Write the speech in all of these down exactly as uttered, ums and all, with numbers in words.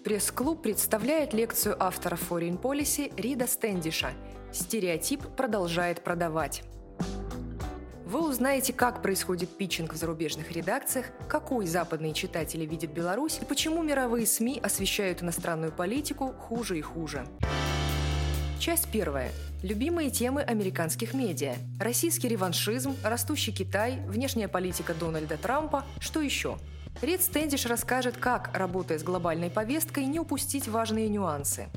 Пресс-клуб представляет лекцию автора Foreign Policy Рида Стэндиша «Стереотип продолжает продавать». Вы узнаете, как происходит питчинг в зарубежных редакциях, какой западные читатели видят Беларусь и почему мировые СМИ освещают иностранную политику хуже и хуже. Часть первая. Любимые темы американских медиа. Российский реваншизм, растущий Китай, внешняя политика Дональда Трампа. Что еще? Рид Стэндиш расскажет, как, работая с глобальной повесткой, не упустить важные нюансы.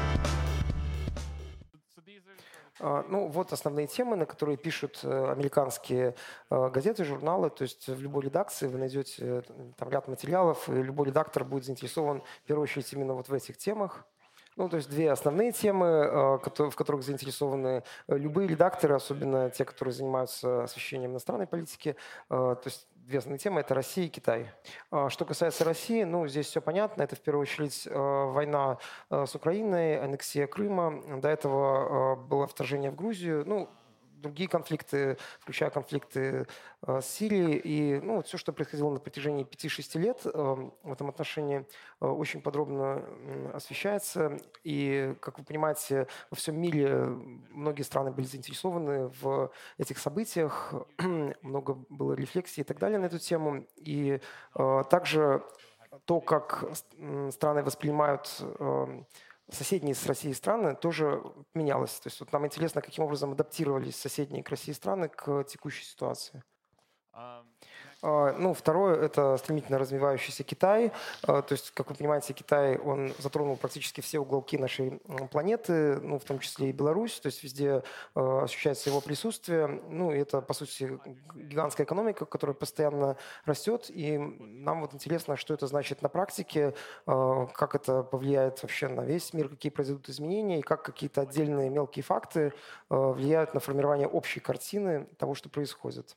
Ну, вот основные темы, на которые пишут американские газеты, журналы. То есть в любой редакции вы найдете там ряд материалов, и любой редактор будет заинтересован в первую очередь именно вот в этих темах. Ну, то есть две основные темы, в которых заинтересованы любые редакторы, особенно те, которые занимаются освещением иностранной политики. То есть две основные темы – это Россия и Китай. Что касается России, ну, здесь все понятно. Это в первую очередь война с Украиной, аннексия Крыма. До этого было вторжение в Грузию. Ну, другие конфликты, включая конфликты с Сирией. И ну, вот все, что происходило на протяжении пяти-шести лет в этом отношении, очень подробно освещается. И, как вы понимаете, во всем мире многие страны были заинтересованы в этих событиях. Много было рефлексий и так далее на эту тему. И также то, как страны воспринимают соседние с Россией страны, тоже менялось. То есть вот нам интересно, каким образом адаптировались соседние к России страны к текущей ситуации. Ну, второе – это стремительно развивающийся Китай. То есть, как вы понимаете, Китай, он затронул практически все уголки нашей планеты, ну, в том числе и Беларусь. То есть везде ощущается его присутствие. Ну, и это, по сути, гигантская экономика, которая постоянно растет. И нам вот интересно, что это значит на практике, как это повлияет вообще на весь мир, какие произойдут изменения, и как какие-то отдельные мелкие факты влияют на формирование общей картины того, что происходит.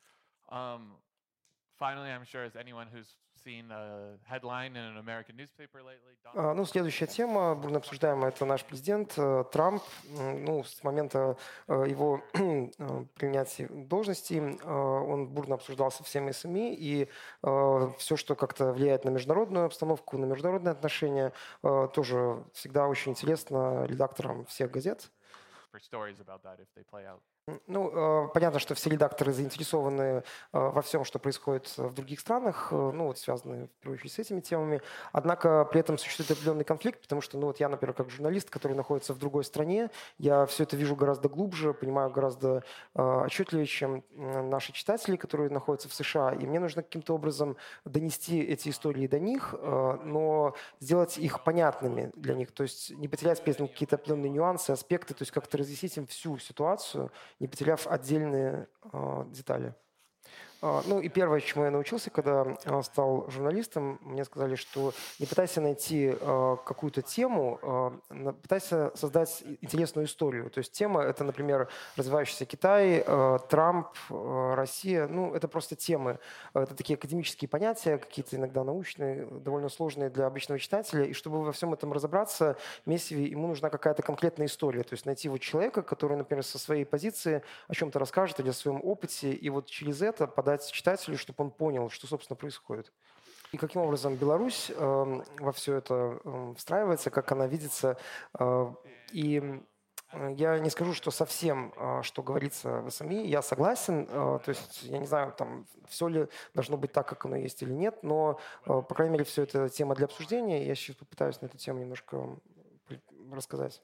Um, finally, I'm sure as anyone who's seen a headline in an American newspaper lately. А, Ну, следующая тема, бурно обсуждаемая, это наш президент э, Трамп. М, Ну, с момента э, его э, принятия должности э, он бурно обсуждался всеми СМИ, и э, все, что как-то влияет на международную обстановку, на международные отношения, э, тоже всегда очень интересно редакторам всех газет. For stories about that if they play out. Ну, э, понятно, что все редакторы заинтересованы э, во всем, что происходит в других странах, э, ну, вот связанные, в первую очередь, с этими темами. Однако при этом существует определенный конфликт, потому что, ну, вот я, например, как журналист, который находится в другой стране, я все это вижу гораздо глубже, понимаю гораздо э, отчетливее, чем э, наши читатели, которые находятся в США. И мне нужно каким-то образом донести эти истории до них, э, но сделать их понятными для них, то есть не потерять при этом какие-то определенные нюансы, аспекты, то есть как-то разъяснить им всю ситуацию, не потеряв отдельные э, детали. А, Ну и первое, чему я научился, когда а, стал журналистом, мне сказали, что не пытайся найти а, какую-то тему, а, на- пытайся создать и- интересную историю. То есть тема – это, например, развивающийся Китай, а, Трамп, а, Россия. Ну, это просто темы. А, Это такие академические понятия, какие-то иногда научные, довольно сложные для обычного читателя. И чтобы во всем этом разобраться, Мессиви, ему нужна какая-то конкретная история. То есть найти вот человека, который, например, со своей позиции о чем-то расскажет или о своем опыте, и вот через это подать читателю, чтобы он понял, что, собственно, происходит. И каким образом Беларусь э, во все это э, встраивается, как она видится. Э, и э, я не скажу, что совсем, э, что говорится в СМИ, я согласен. Э, то есть я не знаю, там, все ли должно быть так, как оно есть или нет, но, э, по крайней мере, все это тема для обсуждения. Я сейчас попытаюсь на эту тему немножко вам рассказать.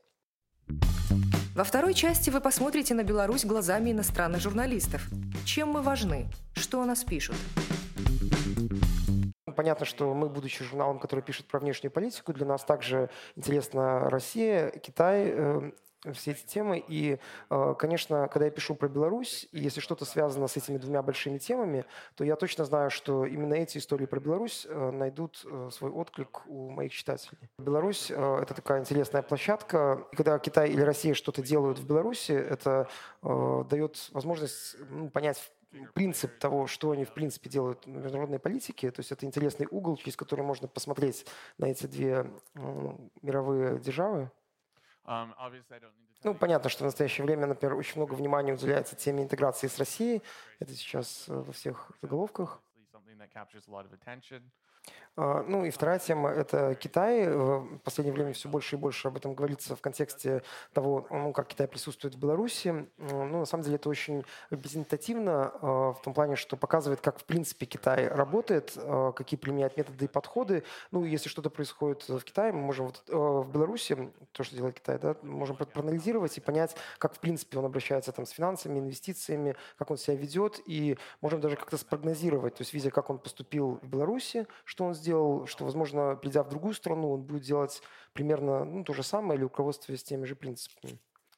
Во второй части вы посмотрите на Беларусь глазами иностранных журналистов. Чем мы важны? Что о нас пишут? Понятно, что мы, будучи журналом, который пишет про внешнюю политику, для нас также интересна Россия, Китай, э, все эти темы. И, э, конечно, когда я пишу про Беларусь, и если что-то связано с этими двумя большими темами, то я точно знаю, что именно эти истории про Беларусь э, найдут э, свой отклик у моих читателей. Беларусь э, – это такая интересная площадка. И когда Китай или Россия что-то делают в Беларуси, это э, дает возможность ну, понять принцип того, что они в принципе делают в международной политике. То есть это интересный угол, через который можно посмотреть на эти две э, мировые державы. Um, obviously, I don't need to tell Ну, you понятно, что в настоящее время, например, очень много внимания уделяется теме интеграции с Россией. Это сейчас э, во всех заголовках. something that captures a lot of attention. А, Ну и вторая тема – это Китай. В последнее время все больше и больше об этом говорится в контексте того, ну, как Китай присутствует в Беларуси. М, Ну, на самом деле это очень репрезентативно а, в том плане, что показывает, как в принципе Китай работает, а, какие применяет методы и подходы. Ну, если что-то происходит в Китае, мы можем вот, а, в Беларуси, то, что делает Китай, да, мы можем про- проанализировать и понять, как в принципе он обращается там с финансами, инвестициями, как он себя ведет, и можем даже как-то спрогнозировать, то есть видя, как он поступил в Беларуси, что он сделал, что, возможно, придя в другую страну, он будет делать примерно ну, то же самое или руководствуясь теми же принципами.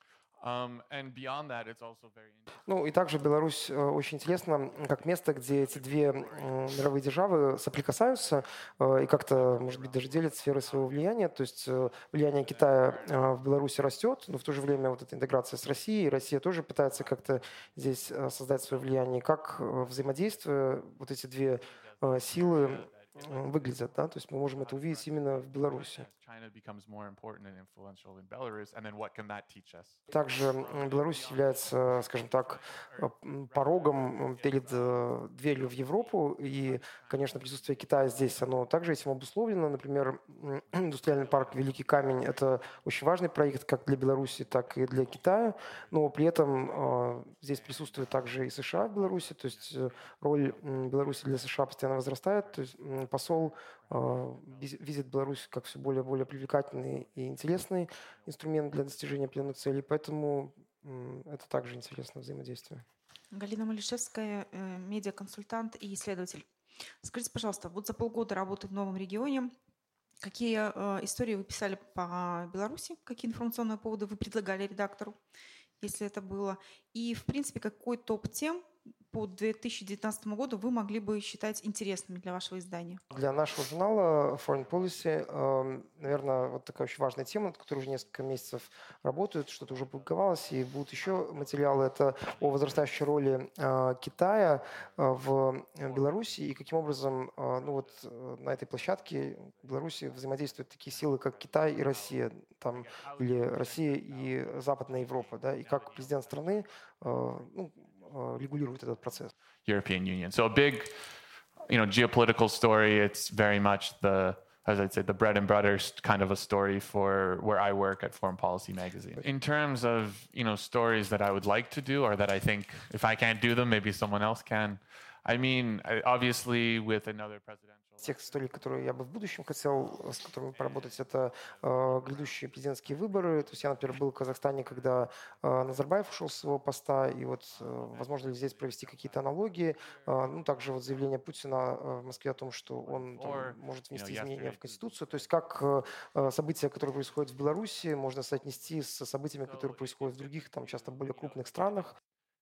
Um, and beyond that, it's also very interesting. Ну и также Беларусь э, очень интересна как место, где эти две м, мировые державы соприкасаются э, и как-то, может быть, даже делят сферы своего влияния. То есть э, влияние Китая э, в Беларуси растет, но в то же время вот эта интеграция с Россией, Россия тоже пытается как-то здесь э, создать свое влияние. Как э, взаимодействуя вот эти две э, силы э, выглядят, да? То есть мы можем это увидеть именно в Беларуси. China becomes more important and influential in Belarus, and then what can that teach us? Также м, Беларусь является, скажем так, э, м, порогом м, перед э, дверью в Европу. И, конечно, присутствие Китая здесь, оно также этим обусловлено. Например, м, индустриальный парк «Великий камень» — это очень важный проект как для Беларуси, так и для Китая. Но при этом э, здесь присутствует также и США в Беларуси. То есть э, роль м, Беларуси для США постоянно возрастает. То есть м, посол э, визи- видит Беларусь как все более и более привлекательный и интересный инструмент для достижения определенной цели, поэтому м, это также интересное взаимодействие. Галина Малишевская, э, медиаконсультант и исследователь. Скажите, пожалуйста, вот за полгода работы в новом регионе, какие э, истории вы писали по Беларуси, какие информационные поводы вы предлагали редактору, если это было, и, в принципе, какой топ тем по две тысячи девятнадцатому году вы могли бы считать интересными для вашего издания? Для нашего журнала Foreign Policy, эм, наверное, вот такая очень важная тема, над которой уже несколько месяцев работают, что-то уже публиковалось, и будут еще материалы. Это о возрастающей роли э, Китая э, в Беларуси и каким образом э, ну вот, э, на этой площадке в Беларуси взаимодействуют такие силы, как Китай и Россия, там, или Россия и Западная Европа, да, и как президент страны э, ну, э, регулирует этот процесс. European Union. So a big, you know, geopolitical story. It's very much the, as I'd say, the bread and butter s- kind of a story for where I work at Foreign Policy Magazine. In terms of, you know, stories that I would like to do, or that I think if I can't do them, maybe someone else can. I mean, I- obviously, with another presidential. Тех историй, которые я бы в будущем хотел, с которыми поработать, это э, грядущие президентские выборы. То есть я, например, был в Казахстане, когда э, Назарбаев ушел с своего поста, и вот э, возможно ли здесь провести какие-то аналогии. Э, ну, также вот заявление Путина э, в Москве о том, что он там, может внести изменения в Конституцию. То есть как э, э, события, которые происходят в Беларуси, можно соотнести с событиями, которые происходят в других, там часто более крупных странах.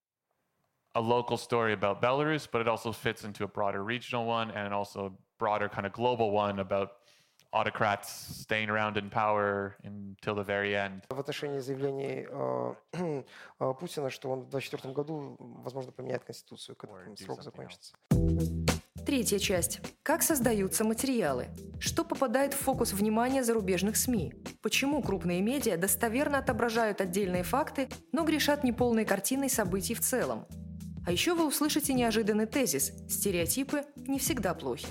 A local story about Belarus, but it also fits into a broader regional one and also a broader kind of global one about autocrats staying around in power until the very end. В отношении заявлений э, э, Путина, что он в двадцать четвёртом году, возможно, поменяет Конституцию, когда там срок закончится. Третья часть. Как создаются материалы? Что попадает в фокус внимания зарубежных СМИ? Почему крупные медиа достоверно отображают отдельные факты, но грешат неполной картиной событий в целом? А еще вы услышите неожиданный тезис: стереотипы не всегда плохи.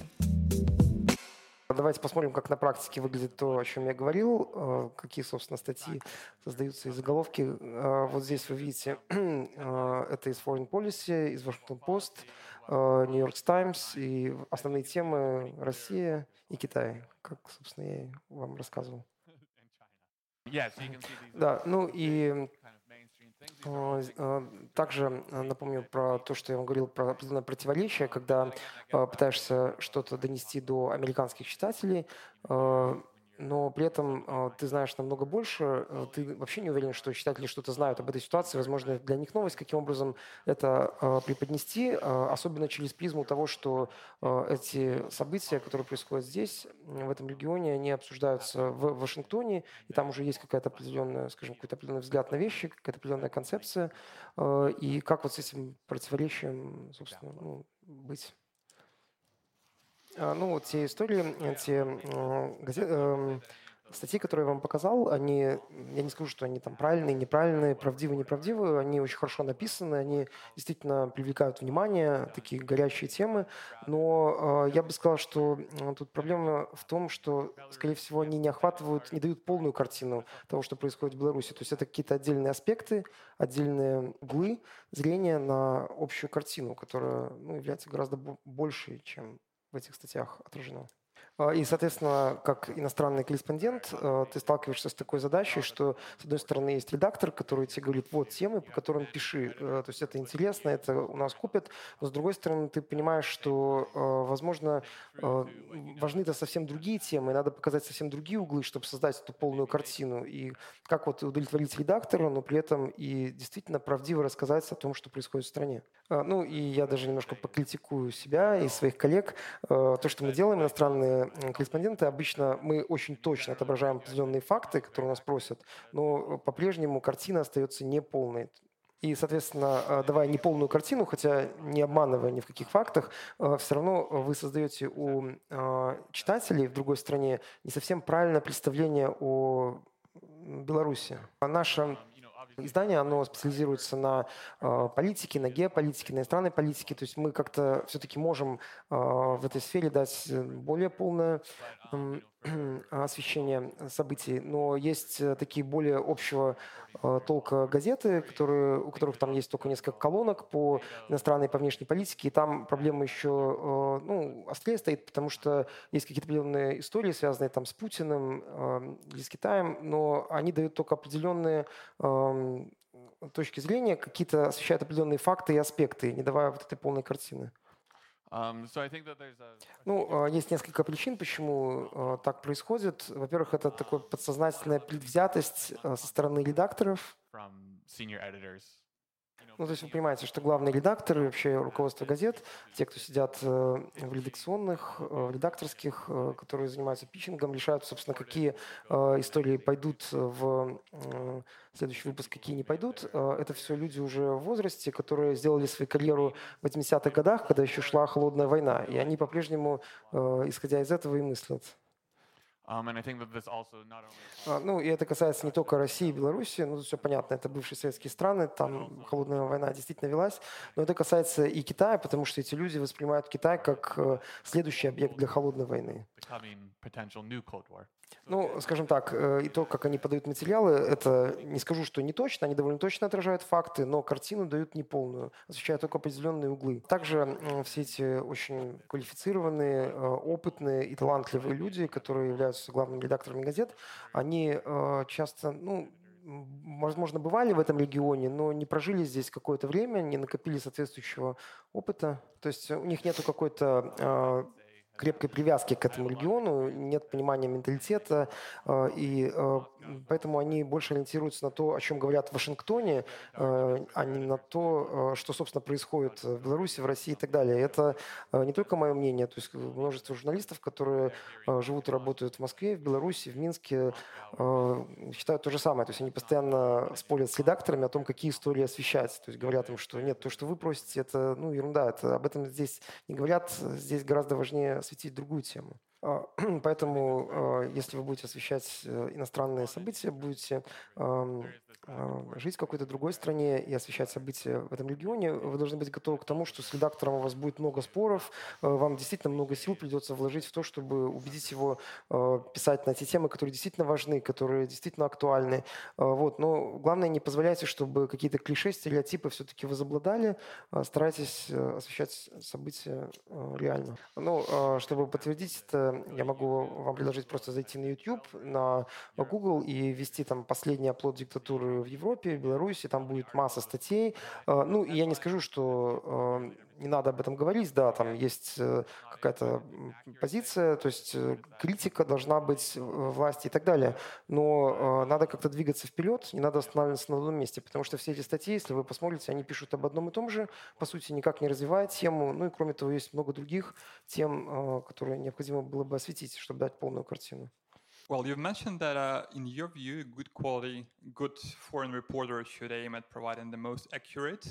Давайте посмотрим, как на практике выглядит то, о чем я говорил, э, какие, собственно, статьи создаются и заголовки. Э, Вот здесь вы видите, э, это из Foreign Policy, из Washington Post, э, New York Times, и основные темы Россия и Китай, как, собственно, я и вам рассказывал. Yeah, so you can see these Да, ну и kind of mainstream things. These are all Э, things э, также э, напомню про то, что я вам говорил про определенное противоречие, когда э, пытаешься что-то донести до американских читателей, э, но при этом э, ты знаешь намного больше, э, ты вообще не уверен, что читатели что-то знают об этой ситуации, возможно, это для них новость, каким образом это э, преподнести, э, особенно через призму того, что э, эти события, которые происходят здесь, м, в этом регионе, они обсуждаются в Вашингтоне, и там уже есть какая-то определенная, скажем, какой-то определенный взгляд на вещи, какая-то определенная концепция, э, и как вот с этим противоречием, собственно, ну, быть. А, Ну, вот те истории, те м, газе- эм, статьи, которые я вам показал, они, я не скажу, что они там правильные, неправильные, правдивые, неправдивые, они очень хорошо написаны, они действительно привлекают внимание, такие горячие темы, но э, я бы сказал, что э, тут проблема в том, что, скорее всего, они не охватывают, не дают полную картину того, что происходит в Беларуси. То есть это какие-то отдельные аспекты, отдельные углы зрения на общую картину, которая ну, является гораздо большей, чем в этих статьях отражено. И, соответственно, как иностранный корреспондент, ты сталкиваешься с такой задачей, что, с одной стороны, есть редактор, который тебе говорит, вот темы, по которым пиши. То есть это интересно, это у нас купят. Но, с другой стороны, ты понимаешь, что, возможно, важны-то совсем другие темы, и надо показать совсем другие углы, чтобы создать эту полную картину. И как вот удовлетворить редактора, но при этом и действительно правдиво рассказать о том, что происходит в стране. Ну, и я даже немножко покритикую себя и своих коллег. То, что мы делаем, иностранные корреспонденты, обычно мы очень точно отображаем определенные факты, которые у нас просят, но по-прежнему картина остается неполной. И, соответственно, давая неполную картину, хотя не обманывая ни в каких фактах, все равно вы создаете у читателей в другой стране не совсем правильное представление о Беларуси. Наша издание, оно специализируется на э, политике, на геополитике, на иностранной политике. То есть мы как-то все-таки можем э, в этой сфере дать более полное э, освещение событий. Но есть такие более общего э, толка газеты, которые, у которых там есть только несколько колонок по иностранной, по внешней политике. И там проблема еще э, ну, острее стоит, потому что есть какие-то определенные истории, связанные там с Путиным э, или с Китаем, но они дают только определенные э, точки зрения, какие-то освещают определенные факты и аспекты, не давая вот этой полной картины. Um, so I think that there's a... Ну, есть несколько причин, почему так происходит. Во-первых, это такая подсознательная предвзятость со стороны редакторов. From senior editors. Ну, то есть вы понимаете, что главные редакторы, вообще руководство газет, те, кто сидят в редакционных, в редакторских, которые занимаются питчингом, решают, собственно, какие истории пойдут в следующий выпуск, какие не пойдут. Это все люди уже в возрасте, которые сделали свою карьеру в восьмидесятых годах, когда еще шла холодная война. И они по-прежнему, исходя из этого, и мыслят. Um, and I think that this also not only... А, ну, и это касается не только России и Беларуси, ну, тут все понятно, это бывшие советские страны, там холодная война действительно велась, но это касается и Китая, потому что эти люди воспринимают Китай как э, следующий объект для холодной войны. Potential new Cold War. Ну, скажем так, и то, как они подают материалы, это не скажу, что не точно, они довольно точно отражают факты, но картину дают неполную, освещают только определенные углы. Также все эти очень квалифицированные, опытные и талантливые люди, которые являются главными редакторами газет, они часто, ну, возможно, бывали в этом регионе, но не прожили здесь какое-то время, не накопили соответствующего опыта. То есть у них нету какой-то крепкой привязки к этому региону, нет понимания менталитета, и поэтому они больше ориентируются на то, о чем говорят в Вашингтоне, а не на то, что, собственно, происходит в Беларуси, в России и так далее. Это не только мое мнение, то есть множество журналистов, которые живут и работают в Москве, в Беларуси, в Минске, считают то же самое. То есть они постоянно спорят с редакторами о том, какие истории освещать. То есть говорят им, что нет, то, что вы просите, это ну, ерунда, это, об этом здесь не говорят, здесь гораздо важнее осветить другую тему. Поэтому, если вы будете освещать иностранные события, будете жить в какой-то другой стране и освещать события в этом регионе, вы должны быть готовы к тому, что с редактором у вас будет много споров, вам действительно много сил придется вложить в то, чтобы убедить его писать на те темы, которые действительно важны, которые действительно актуальны. Вот. Но главное, не позволяйте, чтобы какие-то клише, стереотипы все-таки возобладали, старайтесь освещать события реально. Ну, чтобы подтвердить это, я могу вам предложить просто зайти на YouTube, на Google и ввести там последний оплот диктатуры в Европе, в Беларуси, там будет масса статей. Ну, и я не скажу, что не надо об этом говорить, да, там есть какая-то позиция, то есть критика должна быть власти и так далее, но надо как-то двигаться вперед, не надо останавливаться на одном месте, потому что все эти статьи, если вы посмотрите, они пишут об одном и том же, по сути, никак не развивая тему, ну и кроме того, есть много других тем, которые необходимо было бы осветить, чтобы дать полную картину. Well, you've mentioned that, uh, in your view, good quality, good foreign reporters should aim at providing the most accurate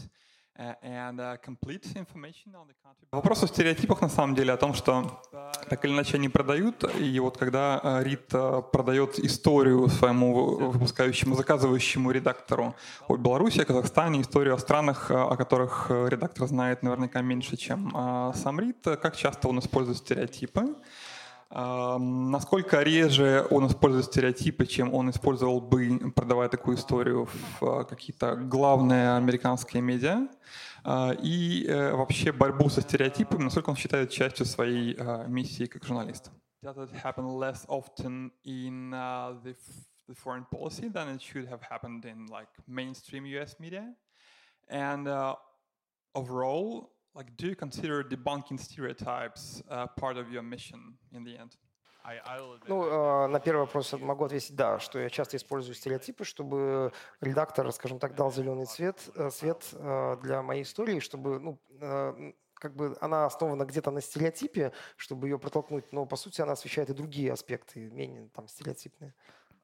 Вопрос о стереотипах на самом деле о том, что так или иначе они продают, и вот когда Рид продает историю своему выпускающему, заказывающему редактору о Беларуси, о Казахстане, историю о странах, о которых редактор знает наверняка меньше, чем сам Рид, как часто он использует стереотипы? Uh, насколько реже он использует стереотипы, чем он использовал бы, продавая такую историю в uh, какие-то главные американские медиа, uh, и uh, вообще борьбу со стереотипами, насколько он считает частью своей uh, миссии как журналиста. Does it happen less often in uh, the, the foreign policy than it should have happened in like mainstream ю эс media? And uh, overall, like, do you consider debunking stereotypes uh, part of your mission in the end? Ну, э, на первый вопрос могу ответить да, что я часто использую стереотипы, чтобы редактор, скажем так, дал зеленый цвет, э, свет э, для моей истории, чтобы, ну, э, как бы она основана где-то на стереотипе, чтобы ее протолкнуть, но по сути она освещает и другие аспекты, менее там стереотипные.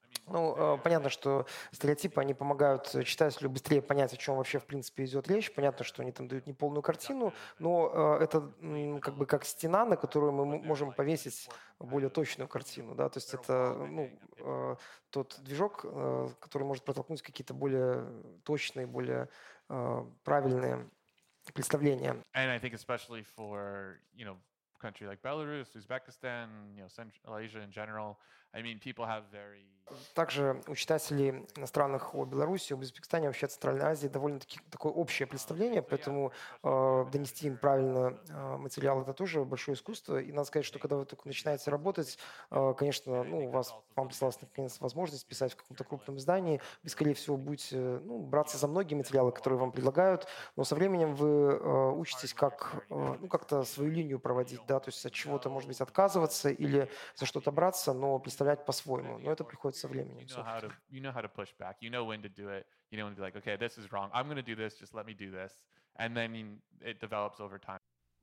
Ну, понятно, что стереотипы, они помогают читателю быстрее понять, о чем вообще в принципе идет речь. Понятно, что они там дают неполную картину, но это как бы как стена, на которую мы можем повесить более точную картину. Да? То есть это ну, тот движок, который может протолкнуть какие-то более точные, более правильные представления. And I think especially for, you know, country like Belarus, Uzbekistan, you know, Central Asia in general, I mean, people have very... Также у читателей иностранных о Беларуси, об Узбекистане, вообще Центральной Азии довольно-таки такое общее представление, поэтому э, донести им правильно э, материал – это тоже большое искусство. И надо сказать, что когда вы только начинаете работать, э, конечно, ну, у вас, вам представилась наконец возможность писать в каком-то крупном издании, вы, скорее всего, будете ну, браться за многие материалы, которые вам предлагают, но со временем вы э, учитесь как, э, ну, как-то свою линию проводить, да, то есть от чего-то, может быть, отказываться или за что-то браться, но представлять по-своему. Но это приходит со временем. You know how to, you know how to push back. You know when to do it. You know when to be like, okay, this is wrong. I'm going to do this. Just let me do this. And then it develops over time.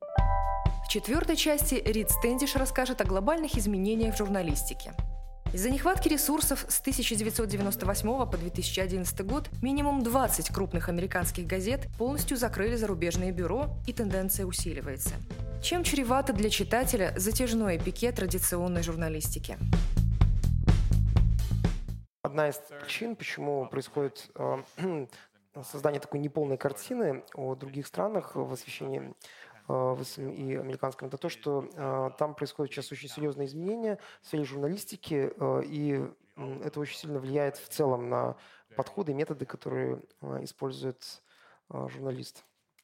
В четвертой части Рид Стэндиш расскажет о глобальных изменениях в журналистике. Из-за нехватки ресурсов с тысяча девятьсот девяносто восьмого по две тысячи одиннадцатый год минимум двадцать крупных американских газет полностью закрыли зарубежные бюро, и тенденция усиливается. Чем чревато для читателя затяжное пике традиционной журналистики? Одна из причин, почему происходит э, создание такой неполной картины о других странах в освещении э, и американском, это то, что э, там происходят сейчас очень серьезные изменения в сфере журналистики, э, и э, это очень сильно влияет в целом на подходы и методы, которые э, использует э, журналист.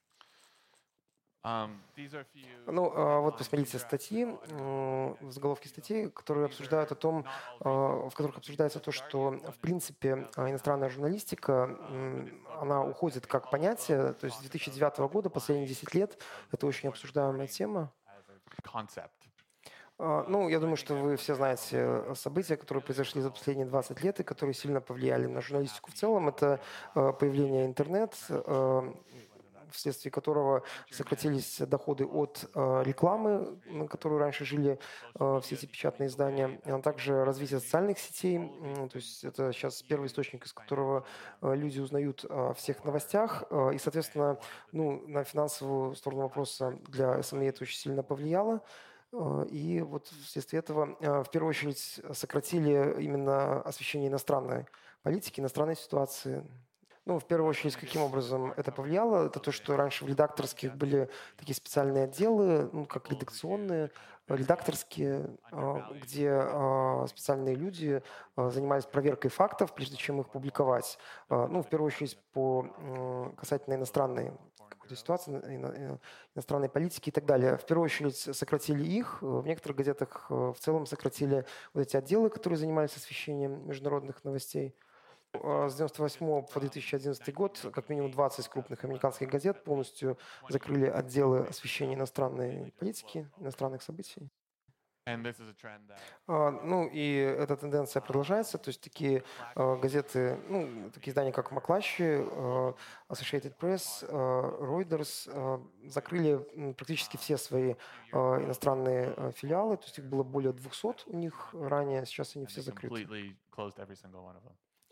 Um, these are few... Ну, вот посмотрите статьи, заголовки статей, которые обсуждают о том, в которых обсуждается то, что, в принципе, иностранная журналистика, она уходит как понятие, то есть с две тысячи девятого года, последние десять лет, это очень обсуждаемая тема. Concept. Ну, я думаю, что вы все знаете события, которые произошли за последние двадцать лет и которые сильно повлияли на журналистику в целом. Это появление интернета, вследствие которого сократились доходы от э, рекламы, на которую раньше жили э, все эти печатные издания, а также развитие социальных сетей. Э, то есть это сейчас первый источник, из которого э, люди узнают о всех новостях. Э, и, соответственно, ну, на финансовую сторону вопроса для эс эм и это очень сильно повлияло. Э, и вот вследствие этого э, в первую очередь сократили именно освещение иностранной политики, иностранной ситуации. Ну, в первую очередь, каким образом это повлияло? Это то, что раньше в редакторских были такие специальные отделы, ну, как редакционные, редакторские, где специальные люди занимались проверкой фактов, прежде чем их публиковать. Ну, в первую очередь, по касательно иностранной какой-то ситуации, иностранной политики и так далее. В первую очередь сократили их. В некоторых газетах в целом сократили вот эти отделы, которые занимались освещением международных новостей. С девяносто восьмого по две тысячи одиннадцатый год как минимум двадцать крупных американских газет полностью закрыли отделы освещения иностранной политики, иностранных событий. And this is a trend that... Uh, ну и эта тенденция продолжается, то есть такие uh, газеты, ну, такие издания, как McClatchy, uh, Associated Press, uh, Reuters, uh, закрыли практически все свои uh, иностранные uh, филиалы, то есть их было более двухсот у них ранее, сейчас они все закрыты.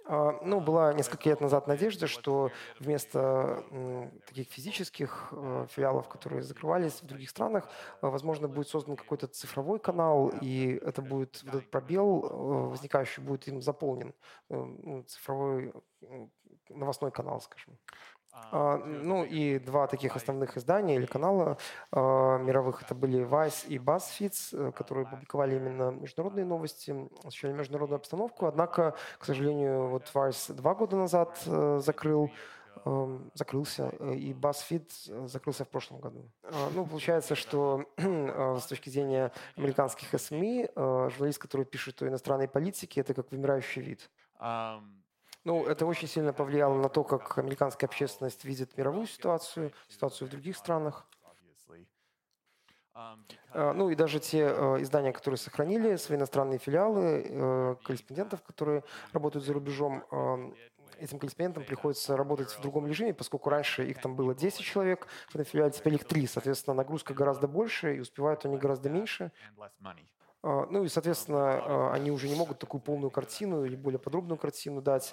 А, Ну, была несколько лет назад надежда, что вместо м, таких физических э, филиалов, которые закрывались в других странах, э, возможно, будет создан какой-то цифровой канал, и это будет, вот этот пробел э, возникающий будет им заполнен. Э, ну, цифровой э, новостной канал, скажем. А, Ну и два таких основных издания или канала а, мировых это были Vice и BuzzFeed, э, которые публиковали именно международные новости, освещали международную обстановку. Однако, к сожалению, вот Vice два года назад э, закрыл, эм, закрылся, э, и BuzzFeed э, закрылся в прошлом году. А, Ну, получается, что э, с точки зрения американских эс эм и, э, журналист, который пишет о иностранной политике, это как вымирающий вид. Um, Ну, это очень сильно повлияло на то, как американская общественность видит мировую ситуацию, ситуацию в других странах. obviously. Um, А, Ну и даже те э, издания, которые сохранили свои иностранные филиалы, э, корреспондентов, которые работают за рубежом, э, этим корреспондентам приходится работать в другом режиме, поскольку раньше их там было десять человек в этом филиале, теперь их три. Соответственно, нагрузка гораздо больше, и успевают они гораздо меньше. and less money. А, Ну и, соответственно, а, они уже не могут такую полную картину или более подробную картину дать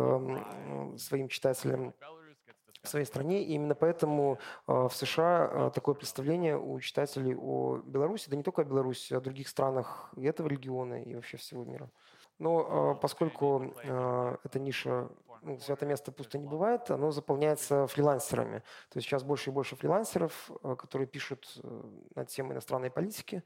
эм, своим читателям в своей стране. И именно поэтому а, в США а, такое представление у читателей о Беларуси, да не только о Беларуси, а о других странах и этого региона, и вообще всего мира. Но а, поскольку а, эта ниша, ну, святое место пусто не бывает, оно заполняется фрилансерами. То есть сейчас больше и больше фрилансеров, а, которые пишут э, на темы иностранной политики.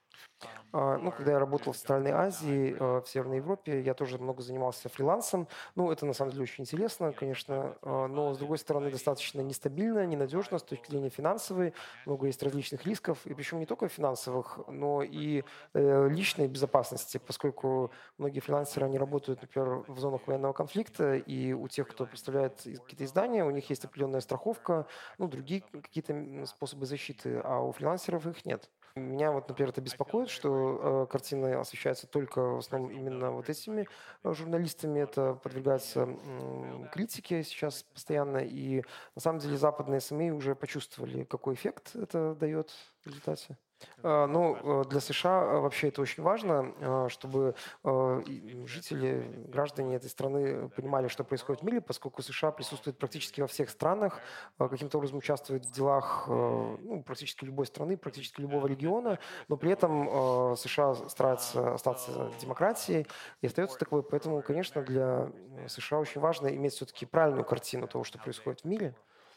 А, Ну, когда я работал в Центральной Азии, э, в Северной Европе, я тоже много занимался фрилансом. Ну, это на самом деле очень интересно, конечно, э, но, с другой стороны, достаточно нестабильно, ненадежно с точки зрения финансовой. Много есть различных рисков, и причем не только финансовых, но и э, личной безопасности, поскольку многие фрилансеры, они работают, например, в зонах военного конфликта, и у тех, кто представляет из- какие-то издания, у них есть определенная страховка, ну, другие какие-то м, способы защиты, а у фрилансеров их нет. Меня вот, например, это беспокоит, что э, картина освещается только в основном именно вот этими э, журналистами. Это подвергается м, критике сейчас постоянно. И на самом деле западные эс эм и уже почувствовали, какой эффект это дает в результате. Э, Ну, э, для США э, вообще это очень важно, э, чтобы э, и жители, граждане этой страны понимали, что происходит в мире, поскольку США присутствует практически во всех странах, э, каким-то образом участвует в делах э, ну, практически любой страны, практически любого региона, но при этом э, США стараются остаться демократией и остается таковой. Поэтому, конечно, для э, США очень важно иметь все-таки правильную картину того, что происходит в мире.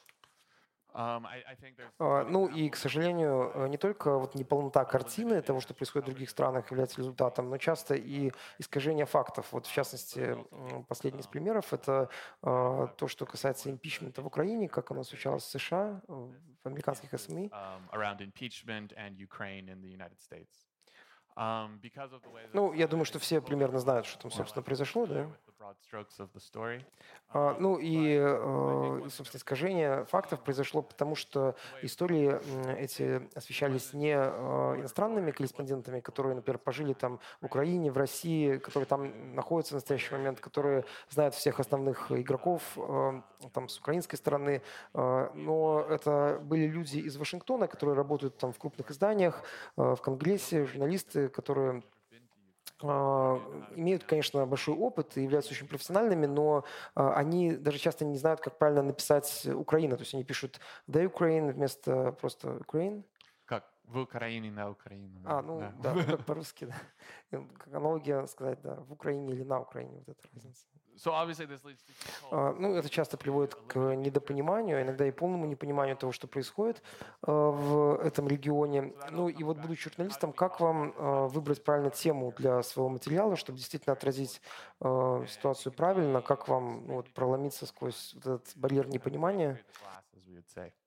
Um, I, I think there's А, Ну и, к сожалению, э, не только вот неполнота картины того, что происходит в других странах, является результатом, но часто и искажение фактов. Вот в частности, м, последний из примеров– это а, то, что касается импичмента в Украине, как оно освещалось в США, э, в американских эс эм и. um, around impeachment and Ukraine in the United States. Um, because of the way that Ну, я думаю, что все примерно знают, что там, собственно, произошло, да? with the broad strokes of the story. А, Ну и, э, и, собственно, искажение фактов произошло потому, что истории м, эти освещались не э, иностранными корреспондентами, которые, например, пожили там в Украине, в России, которые там находятся в настоящий момент, которые знают всех основных игроков э, там с украинской стороны, э, но это были люди из Вашингтона, которые работают там в крупных изданиях, э, в Конгрессе, журналисты, которые а, имеют, конечно, большой опыт и являются очень профессиональными, но а, они даже часто не знают, как правильно написать Украина. То есть они пишут «The Ukraine» вместо просто «Ukraine». Как в Украине на Украину. А, ну да, как по-русски, да. Как аналогия сказать, да, в Украине или на Украине, вот эта разница. So obviously this leads to difficult- А, Ну, это часто приводит к недопониманию, а иногда и полному непониманию того, что происходит а, в этом регионе. Ну и вот, будучи журналистом, как вам а, выбрать правильно тему для своего материала, чтобы действительно отразить а, ситуацию правильно? Как вам ну, вот, проломиться сквозь вот этот барьер непонимания? glass, as we would say.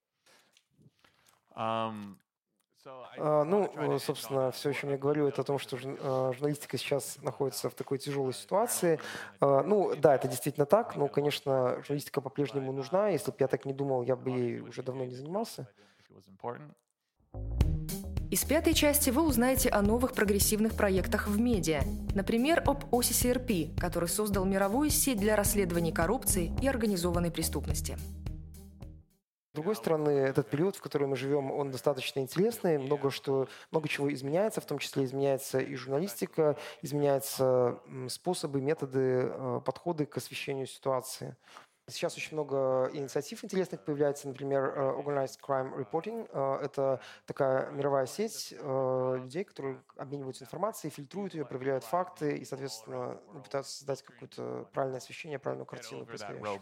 Um, so I А, wanna Ну, try to э, end собственно, on все, о what чем I я говорю, think это о том, что is журн- a э, журналистика сейчас находится в такой тяжелой ситуации. А, Ну, да, это действительно так, но, конечно, журналистика по-прежнему нужна. Если бы я так не думал, я бы ей уже давно не занимался. if it was important. Из пятой части вы узнаете о новых прогрессивных проектах в медиа. Например, об о си си эр пи, который создал мировую сеть для расследований коррупции и организованной преступности. С другой стороны, этот период, в который мы живем, он достаточно интересный, много, что, много чего изменяется, в том числе изменяется и журналистика, изменяются способы, методы, подходы к освещению ситуации. Сейчас очень много инициатив интересных появляется, например, Organized Crime Reporting. Это такая мировая сеть людей, которые обмениваются информацией, фильтруют ее, проверяют факты и, соответственно, пытаются создать какое-то правильное освещение, правильную картину происходящего.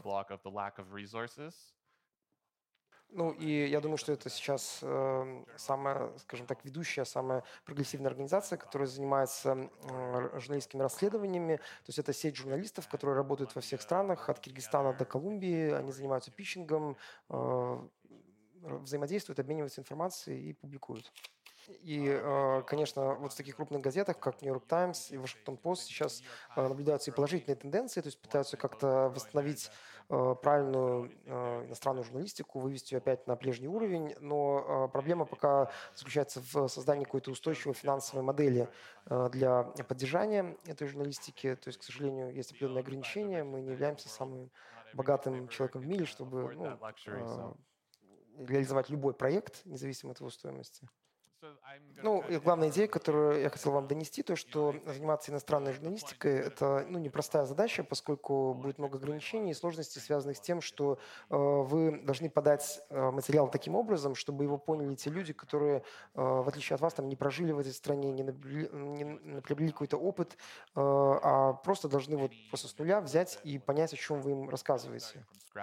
Ну, и я думаю, что это сейчас э, самая, скажем так, ведущая, самая прогрессивная организация, которая занимается э, журналистскими расследованиями. То есть это сеть журналистов, которые работают во всех странах, от Киргизстана до Колумбии. Они занимаются питчингом, э, взаимодействуют, обмениваются информацией и публикуют. И, э, конечно, вот в таких крупных газетах, как New York Times и Washington Post, сейчас э, наблюдаются и положительные тенденции, то есть пытаются как-то восстановить правильную э, иностранную журналистику, вывести ее опять на прежний уровень, но э, проблема пока заключается в создании какой-то устойчивой финансовой модели э, для поддержания этой журналистики. То есть, к сожалению, есть определенные ограничения, мы не являемся самым богатым человеком в мире, чтобы ну, э, реализовать любой проект, независимо от его стоимости. Ну, и главная идея, которую я хотел вам донести, то, что заниматься иностранной журналистикой – это ну, непростая задача, поскольку будет много ограничений и сложностей, связанных с тем, что э, вы должны подать э, материал таким образом, чтобы его поняли те люди, которые, э, в отличие от вас, там, не прожили в этой стране, не приобрели, не приобрели какой-то опыт, э, а просто должны вот просто с нуля взять и понять, о чем вы им рассказываете.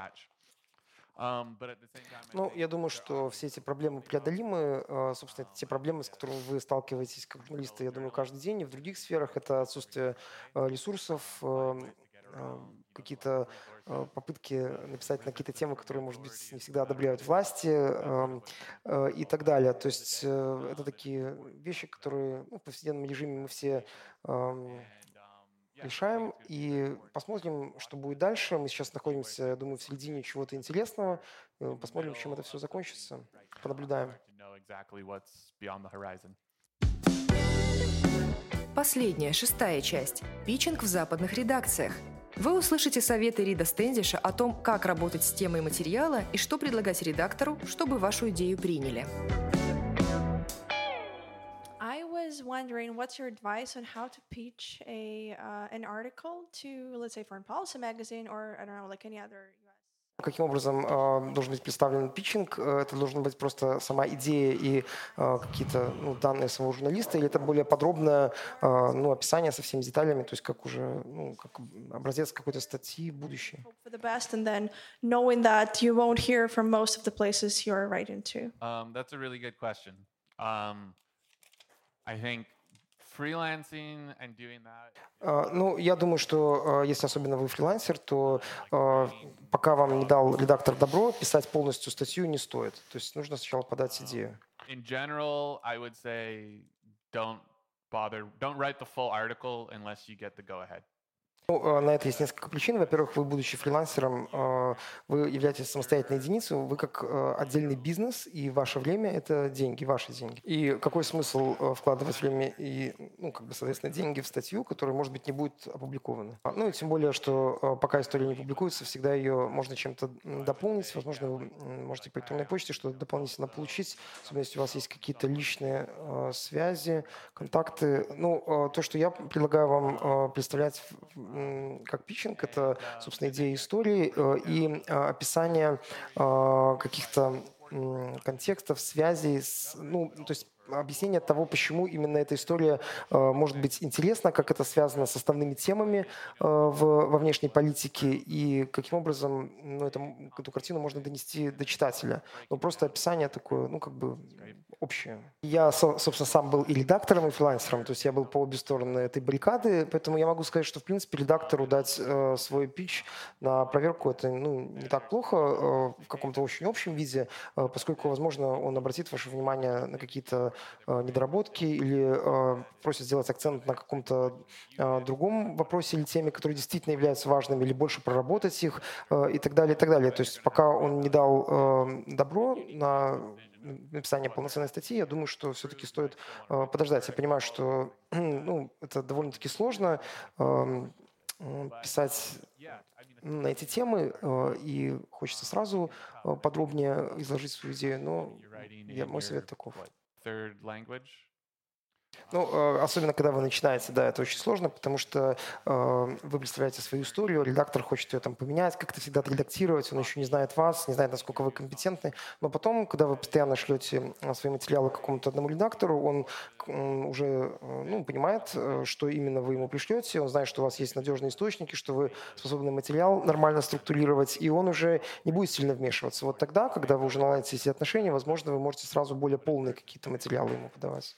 Ну, я думаю, что все эти проблемы преодолимы. Собственно, это те проблемы, с которыми вы сталкиваетесь как журналисты, я думаю, каждый день. И в других сферах это отсутствие ресурсов, какие-то попытки написать на какие-то темы, которые, может быть, не всегда одобряют власти и так далее. То есть это такие вещи, которые ну, в повседневном режиме мы все решаем и посмотрим, что будет дальше. Мы сейчас находимся, я думаю, в середине чего-то интересного. Посмотрим, чем это все закончится. Понаблюдаем. Последняя, шестая часть. Питчинг в западных редакциях. Вы услышите советы Рида Стэндиша о том, как работать с темой материала и что предлагать редактору, чтобы вашу идею приняли. Wondering what's your advice on how to pitch a uh, an article to, let's say, Foreign Policy magazine or I don't know, like any other U S. Каким образом э, должен быть представлен питчинг? Это должна быть просто сама идея и э, какие-то ну, данные самого журналиста, или это более подробное э, ну, описание со всеми деталями, то есть как уже ну, как образец какой-то статьи в будущее? For the best, and then knowing that you won't hear from most of the places you're writing to. Um, that's a really good question. Um, I think freelancing and doing that. Uh, ну, я думаю, что uh, если особенно вы фрилансер, то uh, пока вам не дал редактор добро, писать полностью статью не стоит. То есть нужно сначала подать идею. In general, I would say don't bother, don't write the full article unless you get the go-ahead. Ну, на это есть несколько причин. Во-первых, вы, будучи фрилансером, вы являетесь самостоятельной единицей, вы как отдельный бизнес, и ваше время – это деньги, ваши деньги. И какой смысл вкладывать время и, ну, как бы, соответственно, деньги в статью, которая, может быть, не будет опубликована? Ну, и тем более, что пока история не публикуется, всегда ее можно чем-то дополнить. Возможно, вы можете по электронной почте что-то дополнительно получить, особенно если у вас есть какие-то личные связи, контакты. Ну, то, что я предлагаю вам представлять как питчинг, это, собственно, идея истории и описание каких-то контекстов, связей, с, ну, то есть объяснение того, почему именно эта история э, может быть интересна, как это связано с основными темами э, в, во внешней политике и каким образом ну, это, эту картину можно донести до читателя. Ну, просто описание такое, ну, как бы общее. Я, со, собственно, сам был и редактором, и фрилансером, то есть я был по обе стороны этой баррикады, поэтому я могу сказать, что, в принципе, редактору дать э, свой питч на проверку это ну, не так плохо э, в каком-то очень общем виде, э, поскольку, возможно, он обратит ваше внимание на какие-то недоработки или э, просит сделать акцент на каком-то э, другом вопросе или теме, которые действительно являются важными, или больше проработать их э, и так далее, и так далее. То есть пока он не дал э, добро на написание полноценной статьи, я думаю, что все-таки стоит э, подождать. Я понимаю, что ну, это довольно-таки сложно э, писать на эти темы, э, и хочется сразу э, подробнее изложить свою идею, но я, мой совет таков. Third language? Ну, э, особенно когда вы начинаете, да, это очень сложно, потому что э, вы представляете свою историю, редактор хочет ее там поменять, как-то всегда отредактировать, он еще не знает вас, не знает, насколько вы компетентны. Но потом, когда вы постоянно шлете свои материалы какому-то одному редактору, он э, уже э, ну, понимает, э, что именно вы ему пришлете, он знает, что у вас есть надежные источники, что вы способны материал нормально структурировать, и он уже не будет сильно вмешиваться. Вот тогда, когда вы уже наладите эти отношения, возможно, вы можете сразу более полные какие-то материалы ему подавать.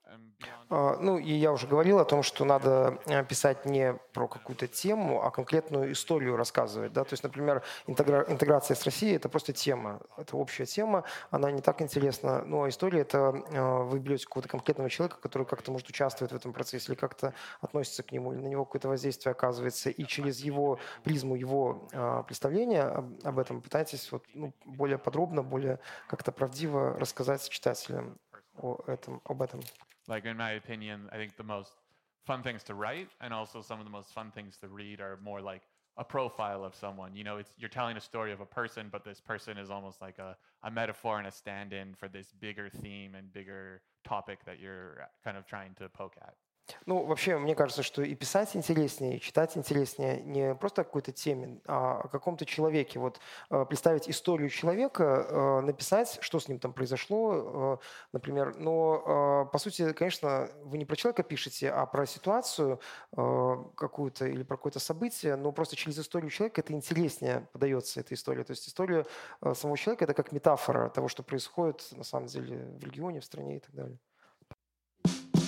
Ну, и я уже говорил о том, что надо писать не про какую-то тему, а конкретную историю рассказывать. Да? То есть, например, интегра- интеграция с Россией – это просто тема, это общая тема, она не так интересна. Ну, а история – это вы берете какого-то конкретного человека, который как-то, может, участвует в этом процессе или как-то относится к нему, или на него какое-то воздействие оказывается, и через его призму, его представления об, об этом пытаетесь вот, ну, более подробно, более как-то правдиво рассказать читателям о этом, об этом. Like, in my opinion, I think the most fun things to write and also some of the most fun things to read are more like a profile of someone. You know, it's you're telling a story of a person, but this person is almost like a, a metaphor and a stand-in for this bigger theme and bigger topic that you're kind of trying to poke at. Ну, вообще, мне кажется, что и писать интереснее, и читать интереснее не просто о какой-то теме, а о каком-то человеке. Вот э, представить историю человека, э, написать, что с ним там произошло, э, например. Но, э, по сути, конечно, вы не про человека пишете, а про ситуацию э, какую-то или про какое-то событие, но просто через историю человека это интереснее подается, эта история. То есть история э, самого человека – это как метафора того, что происходит, на самом деле, в регионе, в стране и так далее.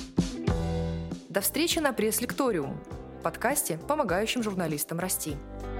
До встречи на пресс-лекториум, подкасте, помогающем журналистам расти.